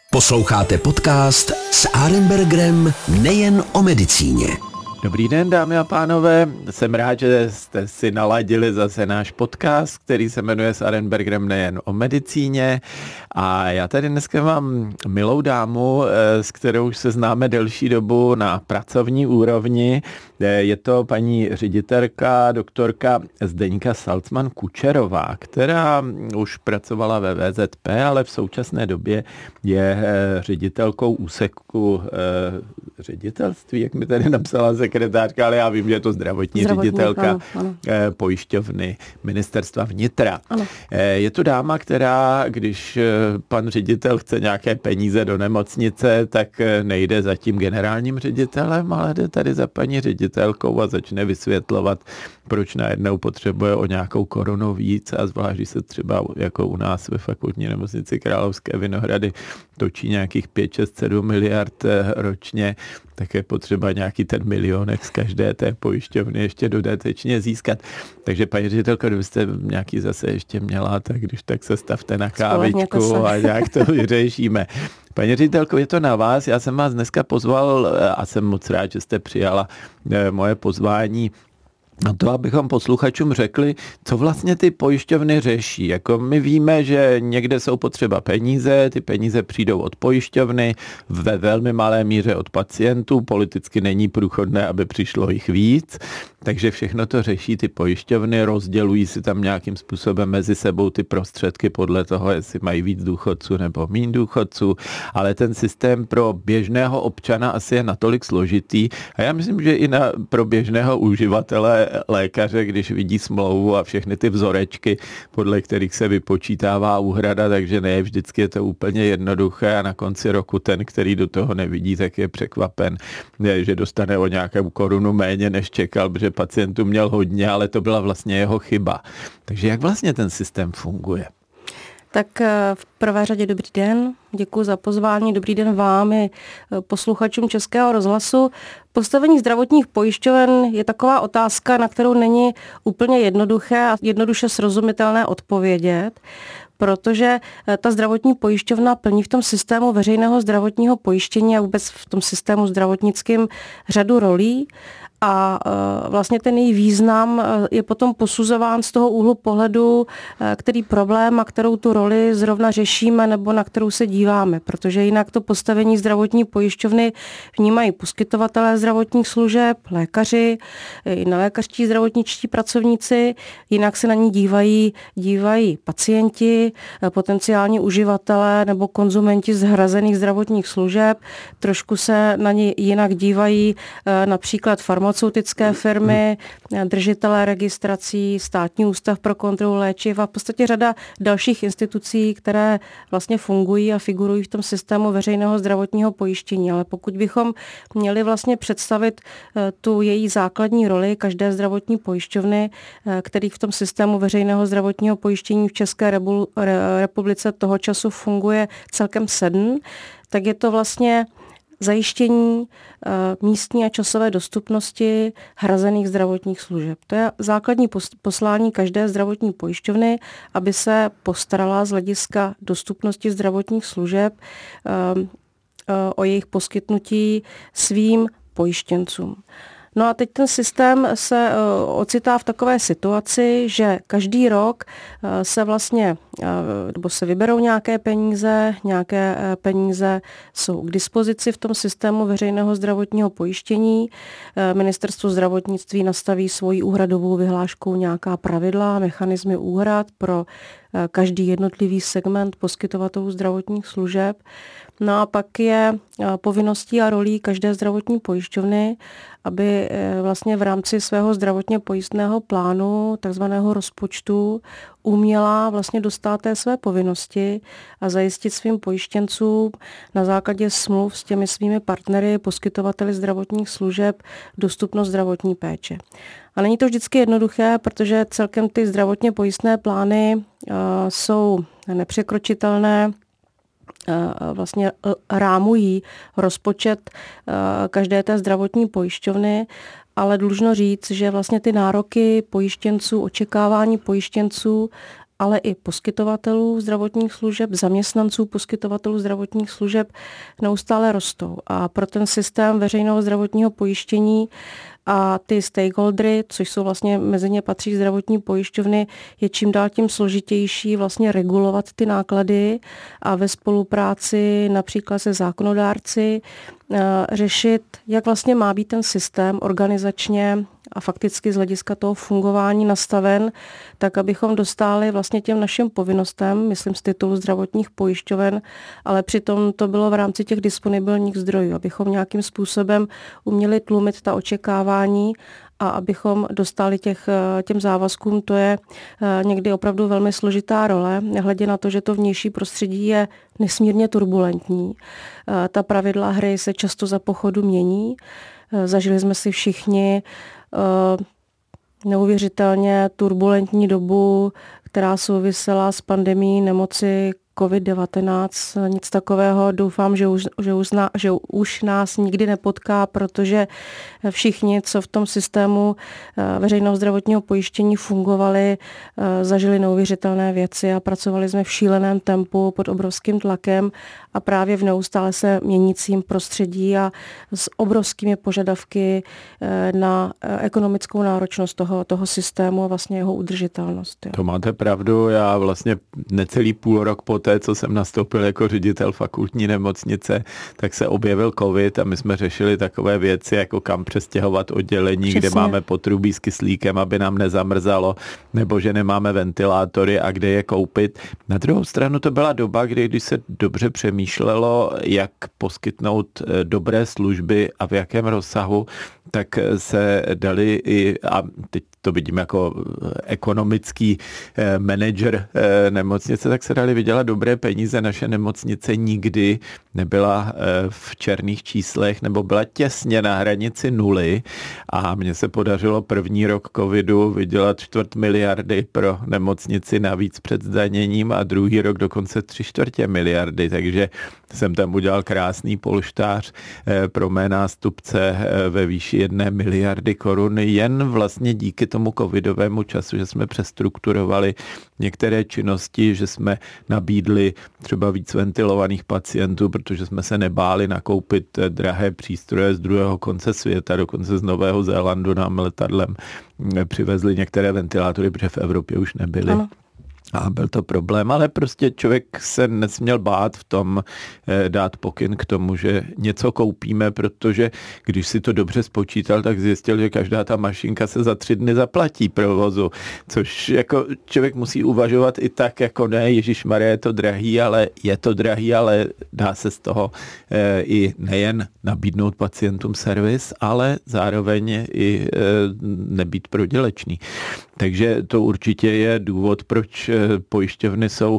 Posloucháte podcast s Arenbergerem nejen o medicíně. Dobrý den, dámy a pánové, jsem rád, že jste si naladili zase náš podcast, který se jmenuje S Arenbergerem nejen o medicíně. A já tady dneska mám milou dámu, s kterou už se známe delší dobu na pracovní úrovni. Je to paní ředitelka, doktorka Zdeňka Salcman-Kučerová, která už pracovala ve VZP, ale v současné době je ředitelkou úseku ředitelství, jak mi tady napsala sekretářka, ale já vím, že je to zdravotní ředitelka ano. Pojišťovny Ministerstva vnitra. Ano. Je to dáma, která, když pan ředitel chce nějaké peníze do nemocnice, tak nejde za tím generálním ředitelem, ale jde tady za paní ředitelkou a začne vysvětlovat, proč najednou potřebuje o nějakou korunu víc, a zvlášť, když se třeba jako u nás ve fakultní nemocnici Královské Vinohrady točí nějakých 5, 6, 7 miliard ročně, tak je potřeba nějaký ten milionek z každé té pojišťovny ještě dodatečně získat. Takže paní ředitelko, kdybyste nějaký zase ještě měla, tak když tak se stavte na kávičku a nějak to vyřešíme. Paní ředitelko, je to na vás. Já jsem vás dneska pozval a jsem moc rád, že jste přijala moje pozvání na to, abychom posluchačům řekli, co vlastně ty pojišťovny řeší. Jako my víme, že někde jsou potřeba peníze, ty peníze přijdou od pojišťovny, ve velmi malé míře od pacientů, politicky není průchodné, aby přišlo jich víc, takže všechno to řeší ty pojišťovny, rozdělují si tam nějakým způsobem mezi sebou ty prostředky podle toho, jestli mají víc důchodců nebo míň důchodců, ale ten systém pro běžného občana asi je natolik složitý a já myslím, že i pro běžného uživatele lékaře, když vidí smlouvu a všechny ty vzorečky, podle kterých se vypočítává úhrada, takže ne vždycky je to úplně jednoduché a na konci roku ten, který do toho nevidí, tak je překvapen, že dostane o nějakou korunu méně, než čekal, protože pacientů měl hodně, ale to byla vlastně jeho chyba. Takže jak vlastně ten systém funguje? Tak v prvé řadě dobrý den, děkuji za pozvání, dobrý den vám i posluchačům Českého rozhlasu. Postavení zdravotních pojišťoven je taková otázka, na kterou není úplně jednoduché a jednoduše srozumitelné odpovědět, protože ta zdravotní pojišťovna plní v tom systému veřejného zdravotního pojištění a vůbec v tom systému zdravotnickým řadu rolí. A vlastně ten její význam je potom posuzován z toho úhlu pohledu, který problém a kterou tu roli zrovna řešíme nebo na kterou se díváme, protože jinak to postavení zdravotní pojišťovny vnímají poskytovatelé zdravotních služeb, lékaři, i nelékařští zdravotničtí pracovníci, jinak se na ní dívají pacienti, potenciální uživatelé nebo konzumenti z hrazených zdravotních služeb, trošku se na ní jinak dívají například farmaceutické firmy, držitelé registrací, Státní ústav pro kontrolu léčiv a v podstatě řada dalších institucí, které vlastně fungují a figurují v tom systému veřejného zdravotního pojištění. Ale pokud bychom měli vlastně představit tu její základní roli každé zdravotní pojišťovny, kterých v tom systému veřejného zdravotního pojištění v České republice toho času funguje celkem 7, tak je to vlastně zajištění místní a časové dostupnosti hrazených zdravotních služeb. To je základní poslání každé zdravotní pojišťovny, aby se postarala z hlediska dostupnosti zdravotních služeb o jejich poskytnutí svým pojištěncům. No a teď ten systém se ocitá v takové situaci, že každý rok se vlastně, nebo se vyberou nějaké peníze jsou k dispozici v tom systému veřejného zdravotního pojištění. Ministerstvo zdravotnictví nastaví svoji úhradovou vyhláškou nějaká pravidla, mechanismy úhrad pro každý jednotlivý segment poskytovatelů zdravotních služeb. No a pak je povinností a rolí každé zdravotní pojišťovny, aby vlastně v rámci svého zdravotně pojistného plánu, takzvaného rozpočtu, uměla vlastně dostát té své povinnosti a zajistit svým pojištěncům na základě smluv s těmi svými partnery, poskytovateli zdravotních služeb, dostupnost zdravotní péče. A není to vždycky jednoduché, protože celkem ty zdravotně pojistné plány jsou nepřekročitelné, vlastně rámují rozpočet každé té zdravotní pojišťovny, ale dlužno říct, že vlastně ty nároky pojištěnců, očekávání pojištěnců ale i poskytovatelů zdravotních služeb, zaměstnanců poskytovatelů zdravotních služeb neustále rostou. A pro ten systém veřejného zdravotního pojištění a ty stakeholdery, což jsou vlastně mezi ně patří zdravotní pojišťovny, je čím dál tím složitější vlastně regulovat ty náklady a ve spolupráci například se zákonodárci řešit, jak vlastně má být ten systém organizačně a fakticky z hlediska toho fungování nastaven, tak abychom dostáli vlastně těm našim povinnostem, myslím z titulu zdravotních pojišťoven, ale přitom to bylo v rámci těch disponibilních zdrojů, abychom nějakým způsobem uměli tlumit ta očekávání a abychom dostali těm závazkům, to je někdy opravdu velmi složitá role, nehledě na to, že to vnější prostředí je nesmírně turbulentní. Ta pravidla hry se často za pochodu mění. Zažili jsme si všichni neuvěřitelně turbulentní dobu, která souvisela s pandemií nemoci COVID-19. Nic takového doufám, že už nás nikdy nepotká, protože všichni, co v tom systému veřejného zdravotního pojištění fungovali, zažili neuvěřitelné věci a pracovali jsme v šíleném tempu pod obrovským tlakem a právě v neustále se měnícím prostředí a s obrovskými požadavky na ekonomickou náročnost toho systému a vlastně jeho udržitelnost. Jo. To máte pravdu, já vlastně necelý půl rok poté, co jsem nastoupil jako ředitel fakultní nemocnice, tak se objevil covid a my jsme řešili takové věci, jako kam přestěhovat oddělení, přesně, kde máme potrubí s kyslíkem, aby nám nezamrzalo, nebo že nemáme ventilátory a kde je koupit. Na druhou stranu to byla doba, když se dobře přemýšlelo, jak poskytnout dobré služby a v jakém rozsahu, tak se dali i, a teď to vidím jako ekonomický manager nemocnice, tak se dali vydělat dobré peníze. Naše nemocnice nikdy nebyla v černých číslech nebo byla těsně na hranici nuly a mně se podařilo první rok covidu vydělat 250 miliardy pro nemocnici navíc před zdaněním a druhý rok dokonce 3/4 miliardy, takže jsem tam udělal krásný polštář pro mé nástupce ve výši 1 miliardy korun jen vlastně díky tomu covidovému času, že jsme přestrukturovali některé činnosti, že jsme nabídli třeba víc ventilovaných pacientů, protože jsme se nebáli nakoupit drahé přístroje z druhého konce světa, dokonce z Nového Zélandu nám letadlem přivezli některé ventilátory, protože v Evropě už nebyly. Ano. A byl to problém, ale prostě člověk se nesměl bát v tom dát pokyn k tomu, že něco koupíme, protože když si to dobře spočítal, tak zjistil, že každá ta mašinka se za 3 dny zaplatí provozu, což jako člověk musí uvažovat i tak, jako ne, ježišmarja, je to drahý, ale dá se z toho i nejen nabídnout pacientům servis, ale zároveň i nebýt prodělečný. Takže to určitě je důvod, proč pojišťovny jsou,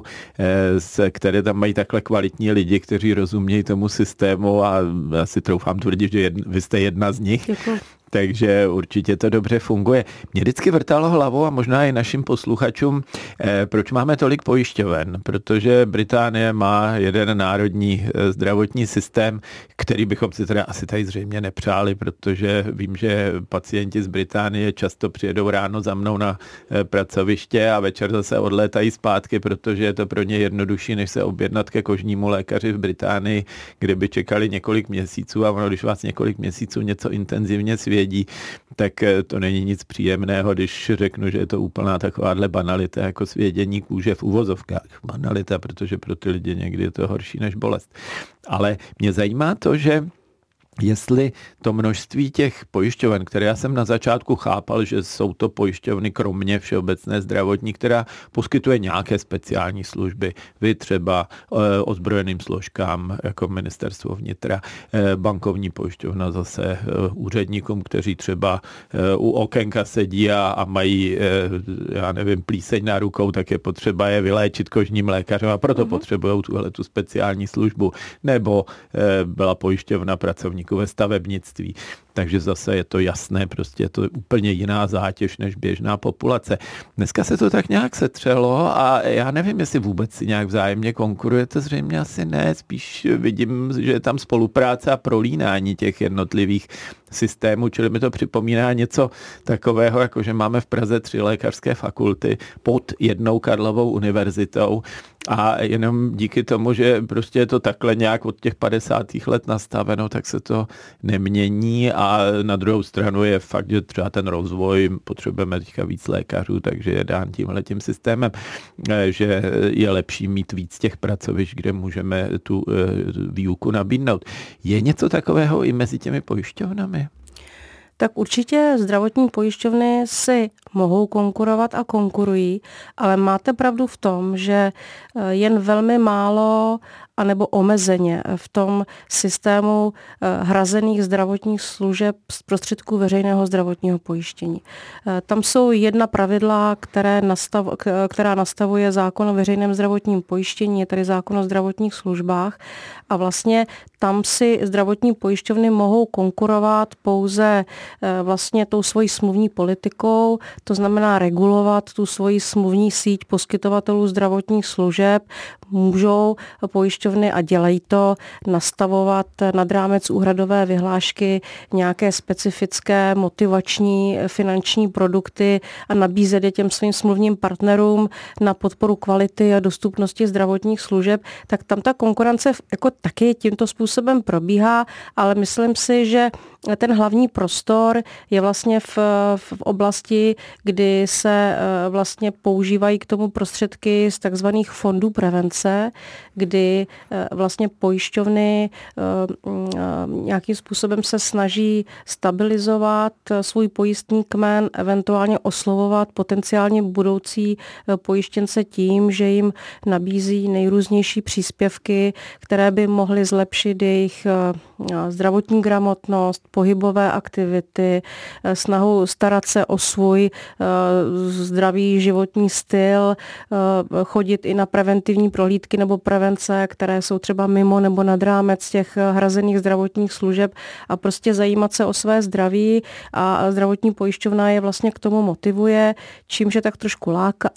které tam mají takhle kvalitní lidi, kteří rozumějí tomu systému a já si troufám tvrdit, že vy jste jedna z nich. Děkuji. Takže určitě to dobře funguje. Mě vždycky vrtalo hlavou a možná i našim posluchačům, proč máme tolik pojišťoven, protože Británie má jeden národní zdravotní systém, který bychom si teda asi tady zřejmě nepřáli, protože vím, že pacienti z Británie často přijedou ráno za mnou na pracoviště a večer zase odlétají zpátky, protože je to pro ně jednodušší, než se objednat ke kožnímu lékaři v Británii, kde by čekali několik měsíců a ono, když vás několik měsíců něco intenzivně svědí, tak to není nic příjemného, když řeknu, že je to úplná takováhle banalita, jako svědění kůže v uvozovkách. Banalita, protože pro ty lidi někdy je to horší než bolest. Ale mě zajímá to, že jestli to množství těch pojišťoven, které já jsem na začátku chápal, že jsou to pojišťovny kromě všeobecné zdravotní, která poskytuje nějaké speciální služby, vy třeba ozbrojeným složkám jako ministerstvo vnitra, bankovní pojišťovna zase úředníkům, kteří třeba u okénka sedí a mají, já nevím, plíseň na rukou, tak je potřeba je vyléčit kožním lékařem a proto potřebují tu speciální službu. Nebo byla pojišťovna pracovníků ve stavebnictví. Takže zase je to jasné, prostě je to úplně jiná zátěž než běžná populace. Dneska se to tak nějak setřelo a já nevím, jestli vůbec si nějak vzájemně konkurujete, zřejmě asi ne, spíš vidím, že je tam spolupráce a prolínání těch jednotlivých systému, čili mi to připomíná něco takového, jako že máme v Praze 3 lékařské fakulty pod jednou Karlovou univerzitou a jenom díky tomu, že prostě je to takhle nějak od těch 50. let nastaveno, tak se to nemění a na druhou stranu je fakt, že třeba ten rozvoj, potřebujeme teďka víc lékařů, takže je dán tímhletím systémem, že je lepší mít víc těch pracovišť, kde můžeme tu výuku nabídnout. Je něco takového i mezi těmi pojišťovnami? Tak určitě zdravotní pojišťovny si mohou konkurovat a konkurují, ale máte pravdu v tom, že jen velmi málo anebo omezeně v tom systému hrazených zdravotních služeb z prostředků veřejného zdravotního pojištění. Tam jsou jedna pravidla, která nastavuje zákon o veřejném zdravotním pojištění, je tady zákon o zdravotních službách a vlastně tam si zdravotní pojišťovny mohou konkurovat pouze vlastně tou svojí smluvní politikou, to znamená regulovat tu svoji smluvní síť poskytovatelů zdravotních služeb, můžou pojišťovny a dělají to nastavovat nad rámec úhradové vyhlášky nějaké specifické motivační finanční produkty a nabízet je těm svým smluvním partnerům na podporu kvality a dostupnosti zdravotních služeb, tak tam ta konkurence jako taky tímto způsobem probíhá, ale myslím si, že ten hlavní prostor je vlastně v oblasti, kdy se vlastně používají k tomu prostředky z takzvaných fondů prevence, kdy vlastně pojišťovny nějakým způsobem se snaží stabilizovat svůj pojistný kmen, eventuálně oslovovat potenciálně budoucí pojištěnce tím, že jim nabízí nejrůznější příspěvky, které by mohly zlepšit jejich zdravotní gramotnost, pohybové aktivity, snahu starat se o svůj zdravý životní styl, chodit i na preventivní prohlídky nebo prevence, které jsou třeba mimo nebo nad rámec těch hrazených zdravotních služeb a prostě zajímat se o své zdraví a zdravotní pojišťovna je vlastně k tomu motivuje, čímže tak trošku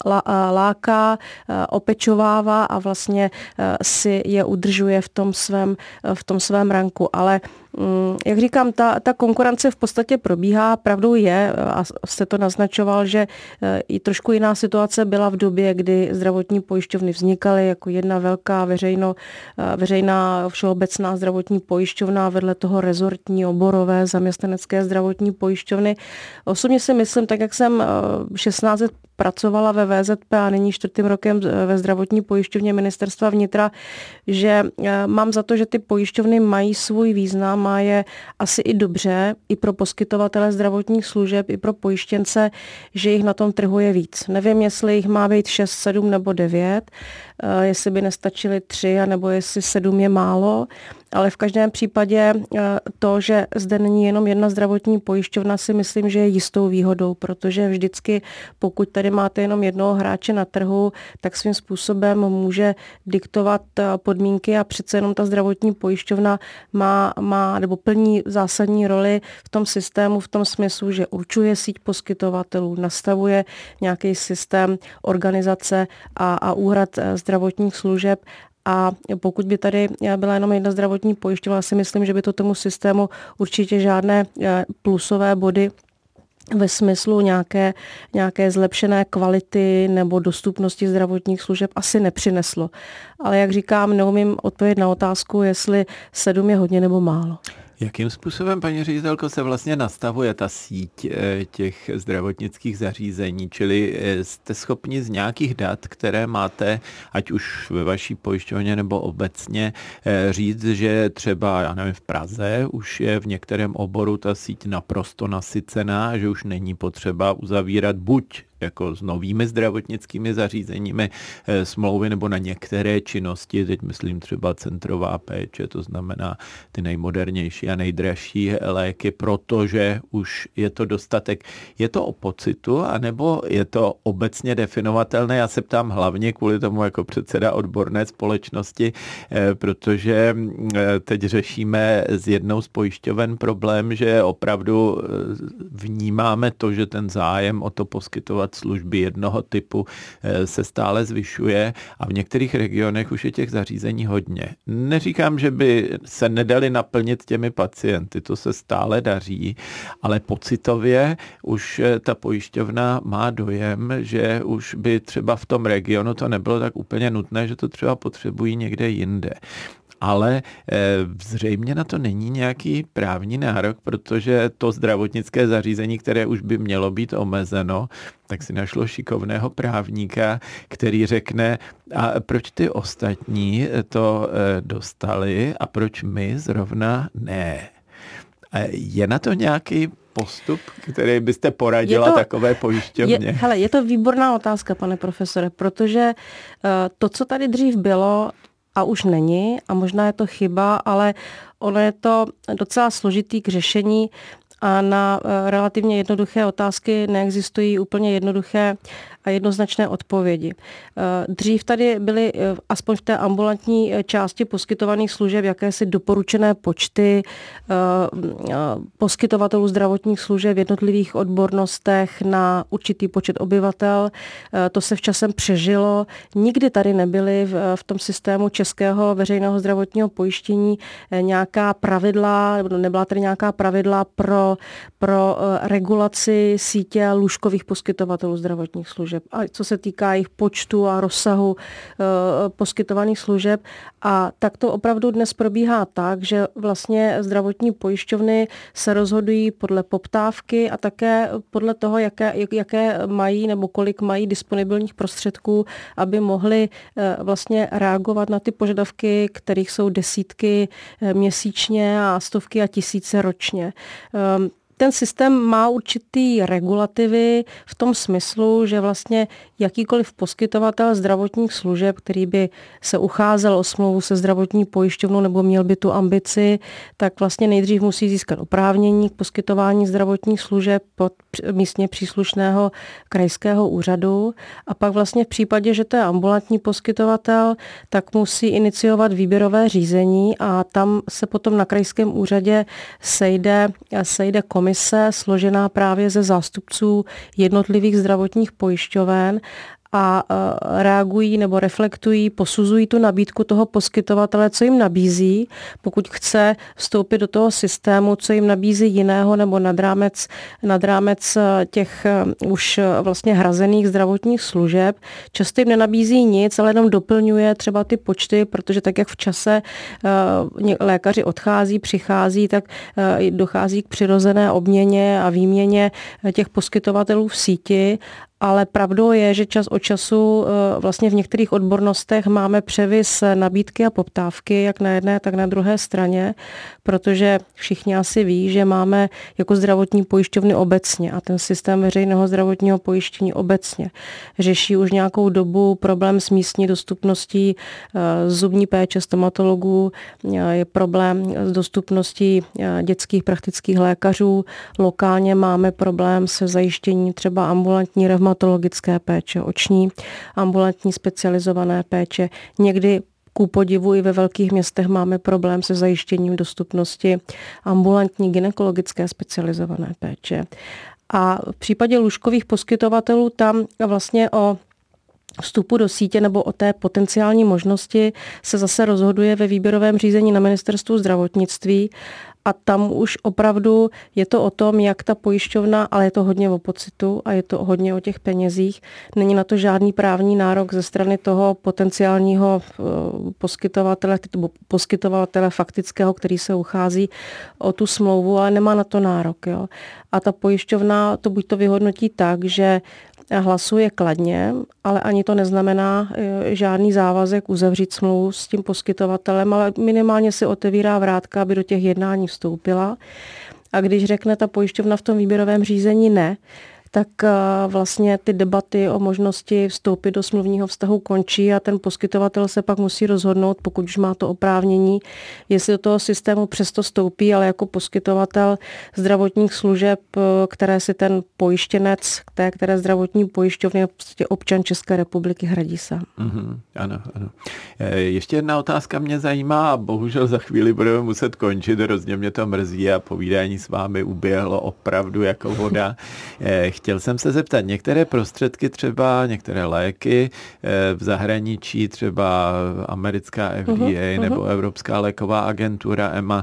láká, opečovává a vlastně si je udržuje v tom svém ranku. Ale jak říkám, ta konkurence v podstatě probíhá. Pravdou je, a jste to naznačoval, že i trošku jiná situace byla v době, kdy zdravotní pojišťovny vznikaly jako jedna velká veřejná všeobecná zdravotní pojišťovna, vedle toho rezortní, oborové, zaměstnanecké zdravotní pojišťovny. Osobně si myslím, tak jak jsem 16 let pracovala ve VZP a nyní 4. rokem ve zdravotní pojišťovně Ministerstva vnitra, že mám za to, že ty pojišťovny mají svůj význam, má je asi i dobře, i pro poskytovatele zdravotních služeb, i pro pojištěnce, že jich na tom trhu je víc. Nevím, jestli jich má být 6, 7 nebo 9, jestli by nestačily 3, nebo jestli 7 je málo, ale v každém případě to, že zde není jenom jedna zdravotní pojišťovna, si myslím, že je jistou výhodou, protože vždycky, pokud tady máte jenom jednoho hráče na trhu, tak svým způsobem může diktovat podmínky a přece jenom ta zdravotní pojišťovna má nebo plní zásadní roli v tom systému, v tom smyslu, že určuje síť poskytovatelů, nastavuje nějaký systém organizace a úhrad zdravotních služeb. A pokud by tady byla jenom jedna zdravotní pojišťovna, si myslím, že by to tomu systému určitě žádné plusové body ve smyslu nějaké zlepšené kvality nebo dostupnosti zdravotních služeb asi nepřineslo. Ale jak říkám, neumím odpovědět na otázku, jestli 7 je hodně nebo málo. Jakým způsobem, paní ředitelko, se vlastně nastavuje ta síť těch zdravotnických zařízení? Čili jste schopni z nějakých dat, které máte, ať už ve vaší pojišťovně nebo obecně, říct, že třeba, já nevím, v Praze už je v některém oboru ta síť naprosto nasycená, že už není potřeba uzavírat buď jako s novými zdravotnickými zařízeními smlouvy nebo na některé činnosti, teď myslím třeba centrová péče, to znamená ty nejmodernější a nejdražší léky, protože už je to dostatek. Je to o pocitu, anebo je to obecně definovatelné? Já se ptám hlavně kvůli tomu jako předseda odborné společnosti, protože teď řešíme s jednou z pojišťoven problém, že opravdu vnímáme to, že ten zájem o to poskytovat poskytovat služby jednoho typu se stále zvyšuje a v některých regionech už je těch zařízení hodně. Neříkám, že by se nedali naplnit těmi pacienty, to se stále daří, ale pocitově už ta pojišťovna má dojem, že už by třeba v tom regionu to nebylo tak úplně nutné, že to třeba potřebují někde jinde. Ale zřejmě na to není nějaký právní nárok, protože to zdravotnické zařízení, které už by mělo být omezeno, tak si našlo šikovného právníka, který řekne, a proč ty ostatní to dostali a proč my zrovna ne. Je na to nějaký postup, který byste poradila takové pojišťovně? Je to výborná otázka, pane profesore, protože to, co tady dřív bylo, a už není, a možná je to chyba, ale ono je to docela složitý k řešení a na relativně jednoduché otázky neexistují úplně jednoduché a jednoznačné odpovědi. Dřív tady byly, aspoň v té ambulantní části poskytovaných služeb, jakési doporučené počty poskytovatelů zdravotních služeb v jednotlivých odbornostech na určitý počet obyvatel. To se v časem přežilo. Nikdy tady nebyly v tom systému českého veřejného zdravotního pojištění nějaká pravidla, nebo nebyla tady nějaká pravidla pro regulaci sítě lůžkových poskytovatelů zdravotních služeb. A co se týká jejich počtu a rozsahu poskytovaných služeb. A tak to opravdu dnes probíhá tak, že vlastně zdravotní pojišťovny se rozhodují podle poptávky a také podle toho, jaké mají nebo kolik mají disponibilních prostředků, aby mohly vlastně reagovat na ty požadavky, kterých jsou desítky měsíčně a stovky a tisíce ročně. Ten systém má určitý regulativy v tom smyslu, že vlastně jakýkoliv poskytovatel zdravotních služeb, který by se ucházel o smlouvu se zdravotní pojišťovnou nebo měl by tu ambici, tak vlastně nejdřív musí získat oprávnění k poskytování zdravotních služeb pod místně příslušného krajského úřadu a pak vlastně v případě, že to je ambulantní poskytovatel, tak musí iniciovat výběrové řízení a tam se potom na krajském úřadě sejde komise složená právě ze zástupců jednotlivých zdravotních pojišťoven a reagují nebo reflektují, posuzují tu nabídku toho poskytovatele, co jim nabízí, pokud chce vstoupit do toho systému, co jim nabízí jiného nebo nad rámec těch už vlastně hrazených zdravotních služeb. Často jim nenabízí nic, ale jenom doplňuje třeba ty počty, protože tak, jak v čase lékaři odchází, přichází, tak dochází k přirozené obměně a výměně těch poskytovatelů v síti. Ale pravdou je, že čas od času vlastně v některých odbornostech máme převis nabídky a poptávky, jak na jedné, tak na druhé straně, protože všichni asi ví, že máme jako zdravotní pojišťovny obecně a ten systém veřejného zdravotního pojištění obecně řeší už nějakou dobu problém s místní dostupností zubní péče stomatologů, je problém s dostupností dětských praktických lékařů, lokálně máme problém se zajištěním třeba ambulantní revmatologické péče, oční, ambulantní specializované péče. Někdy ku podivu i ve velkých městech máme problém se zajištěním dostupnosti ambulantní gynekologické specializované péče. A v případě lůžkových poskytovatelů tam vlastně o vstupu do sítě nebo o té potenciální možnosti se zase rozhoduje ve výběrovém řízení na ministerstvu zdravotnictví a tam už opravdu je to o tom, jak ta pojišťovna, ale je to hodně o pocitu a je to hodně o těch penězích. Není na to žádný právní nárok ze strany toho potenciálního poskytovatele faktického, který se uchází o tu smlouvu, ale nemá na to nárok. Jo. A ta pojišťovna to buď to vyhodnotí tak, že hlasuje kladně, ale ani to neznamená žádný závazek uzavřít smlouvu s tím poskytovatelem, ale minimálně si otevírá vrátka, aby do těch jednání vstoupila. A když řekne ta pojišťovna v tom výběrovém řízení ne, tak vlastně ty debaty o možnosti vstoupit do smluvního vztahu končí a ten poskytovatel se pak musí rozhodnout, pokud už má to oprávnění, jestli do toho systému přesto vstoupí, ale jako poskytovatel zdravotních služeb, které si ten pojištěnec, které zdravotní pojišťovně, prostě občan České republiky hradí sám. Ano. Ještě jedna otázka mě zajímá a bohužel za chvíli budeme muset končit, hrozně mě to mrzí a povídání s vámi uběhlo opravdu jako voda. chtěl jsem se zeptat, některé prostředky, třeba některé léky v zahraničí, třeba americká FDA nebo Evropská léková agentura EMA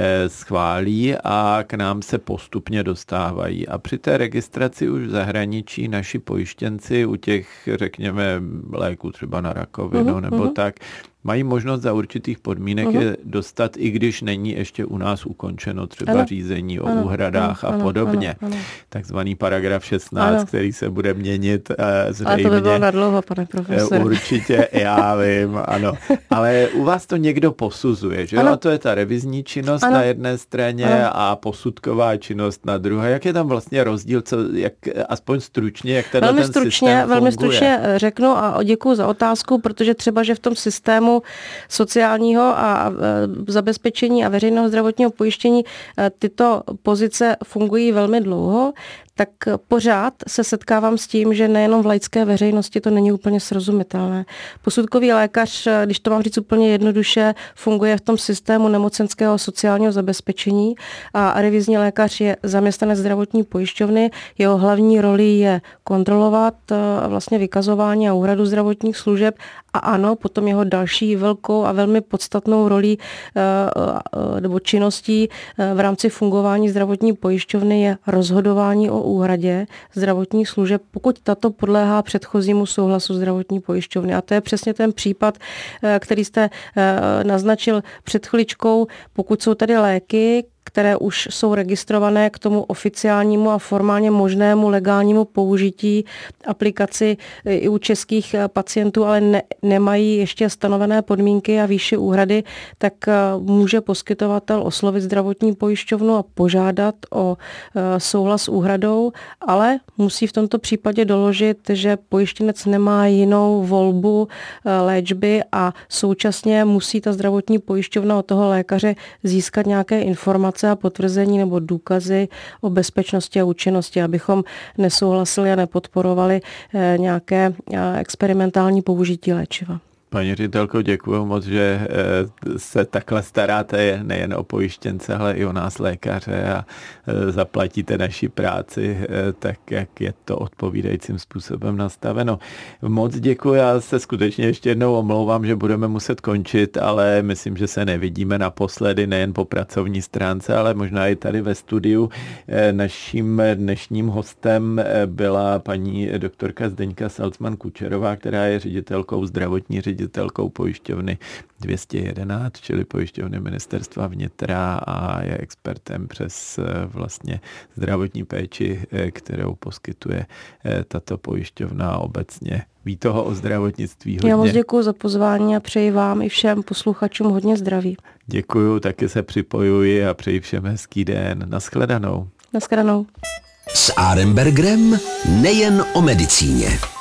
schválí a k nám se postupně dostávají. A při té registraci už v zahraničí naši pojištěnci u těch, řekněme, léků třeba na rakovinu nebo tak, mají možnost za určitých podmínek je dostat, i když není ještě u nás ukončeno třeba řízení o úhradách a podobně. Takzvaný paragraf 16, který se bude měnit zřejmě. Ale to by bylo nadlouho, pane profesore. Určitě, já vím, ano. Ale u vás to někdo posuzuje, že jo? A to je ta revizní činnost na jedné straně a posudková činnost na druhé. Jak je tam vlastně rozdíl, aspoň stručně, jak ten systém funguje? Velmi stručně řeknu a děkuju za otázku, protože třeba, že v tom systému sociálního a zabezpečení a veřejného zdravotního pojištění tyto pozice fungují velmi dlouho, tak pořád se setkávám s tím, že nejenom v laické veřejnosti to není úplně srozumitelné. Posudkový lékař, když to mám říct úplně jednoduše, funguje v tom systému nemocenského sociálního zabezpečení a revizní lékař je zaměstnanec zdravotní pojišťovny. Jeho hlavní roli je kontrolovat vlastně vykazování a úhradu zdravotních služeb a ano, potom jeho další velkou a velmi podstatnou rolí nebo činností v rámci fungování zdravotní pojišťovny je rozhodování o úhradě zdravotních služeb, pokud tato podléhá předchozímu souhlasu zdravotní pojišťovny. A to je přesně ten případ, který jste naznačil před chviličkou, pokud jsou tady léky, které už jsou registrované k tomu oficiálnímu a formálně možnému legálnímu použití aplikaci i u českých pacientů, ale nemají ještě stanovené podmínky a výši úhrady, tak může poskytovatel oslovit zdravotní pojišťovnu a požádat o souhlas s úhradou, ale musí v tomto případě doložit, že pojištěnec nemá jinou volbu léčby a současně musí ta zdravotní pojišťovna od toho lékaře získat nějaké informace a potvrzení nebo důkazy o bezpečnosti a účinnosti, abychom nesouhlasili a nepodporovali nějaké experimentální použití léčiva. Paní ředitelko, děkuji moc, že se takhle staráte nejen o pojištěnce, ale i o nás lékaře a zaplatíte naši práci tak, jak je to odpovídajícím způsobem nastaveno. Moc děkuji, já se skutečně ještě jednou omlouvám, že budeme muset končit, ale myslím, že se nevidíme naposledy, nejen po pracovní stránce, ale možná i tady ve studiu. Naším dnešním hostem byla paní doktorka Zdeňka Salcman-Kučerová, která je zdravotní ředitelkou pojišťovny 211, čili pojišťovny Ministerstva vnitra a je expertem přes vlastně zdravotní péči, kterou poskytuje tato pojišťovna obecně. Ví toho o zdravotnictví hodně. Já moc děkuji za pozvání a přeji vám i všem posluchačům hodně zdraví. Děkuju, taky se připojuji a přeji všem hezký den. Naschledanou. Naschledanou. S Arenbergerem nejen o medicíně.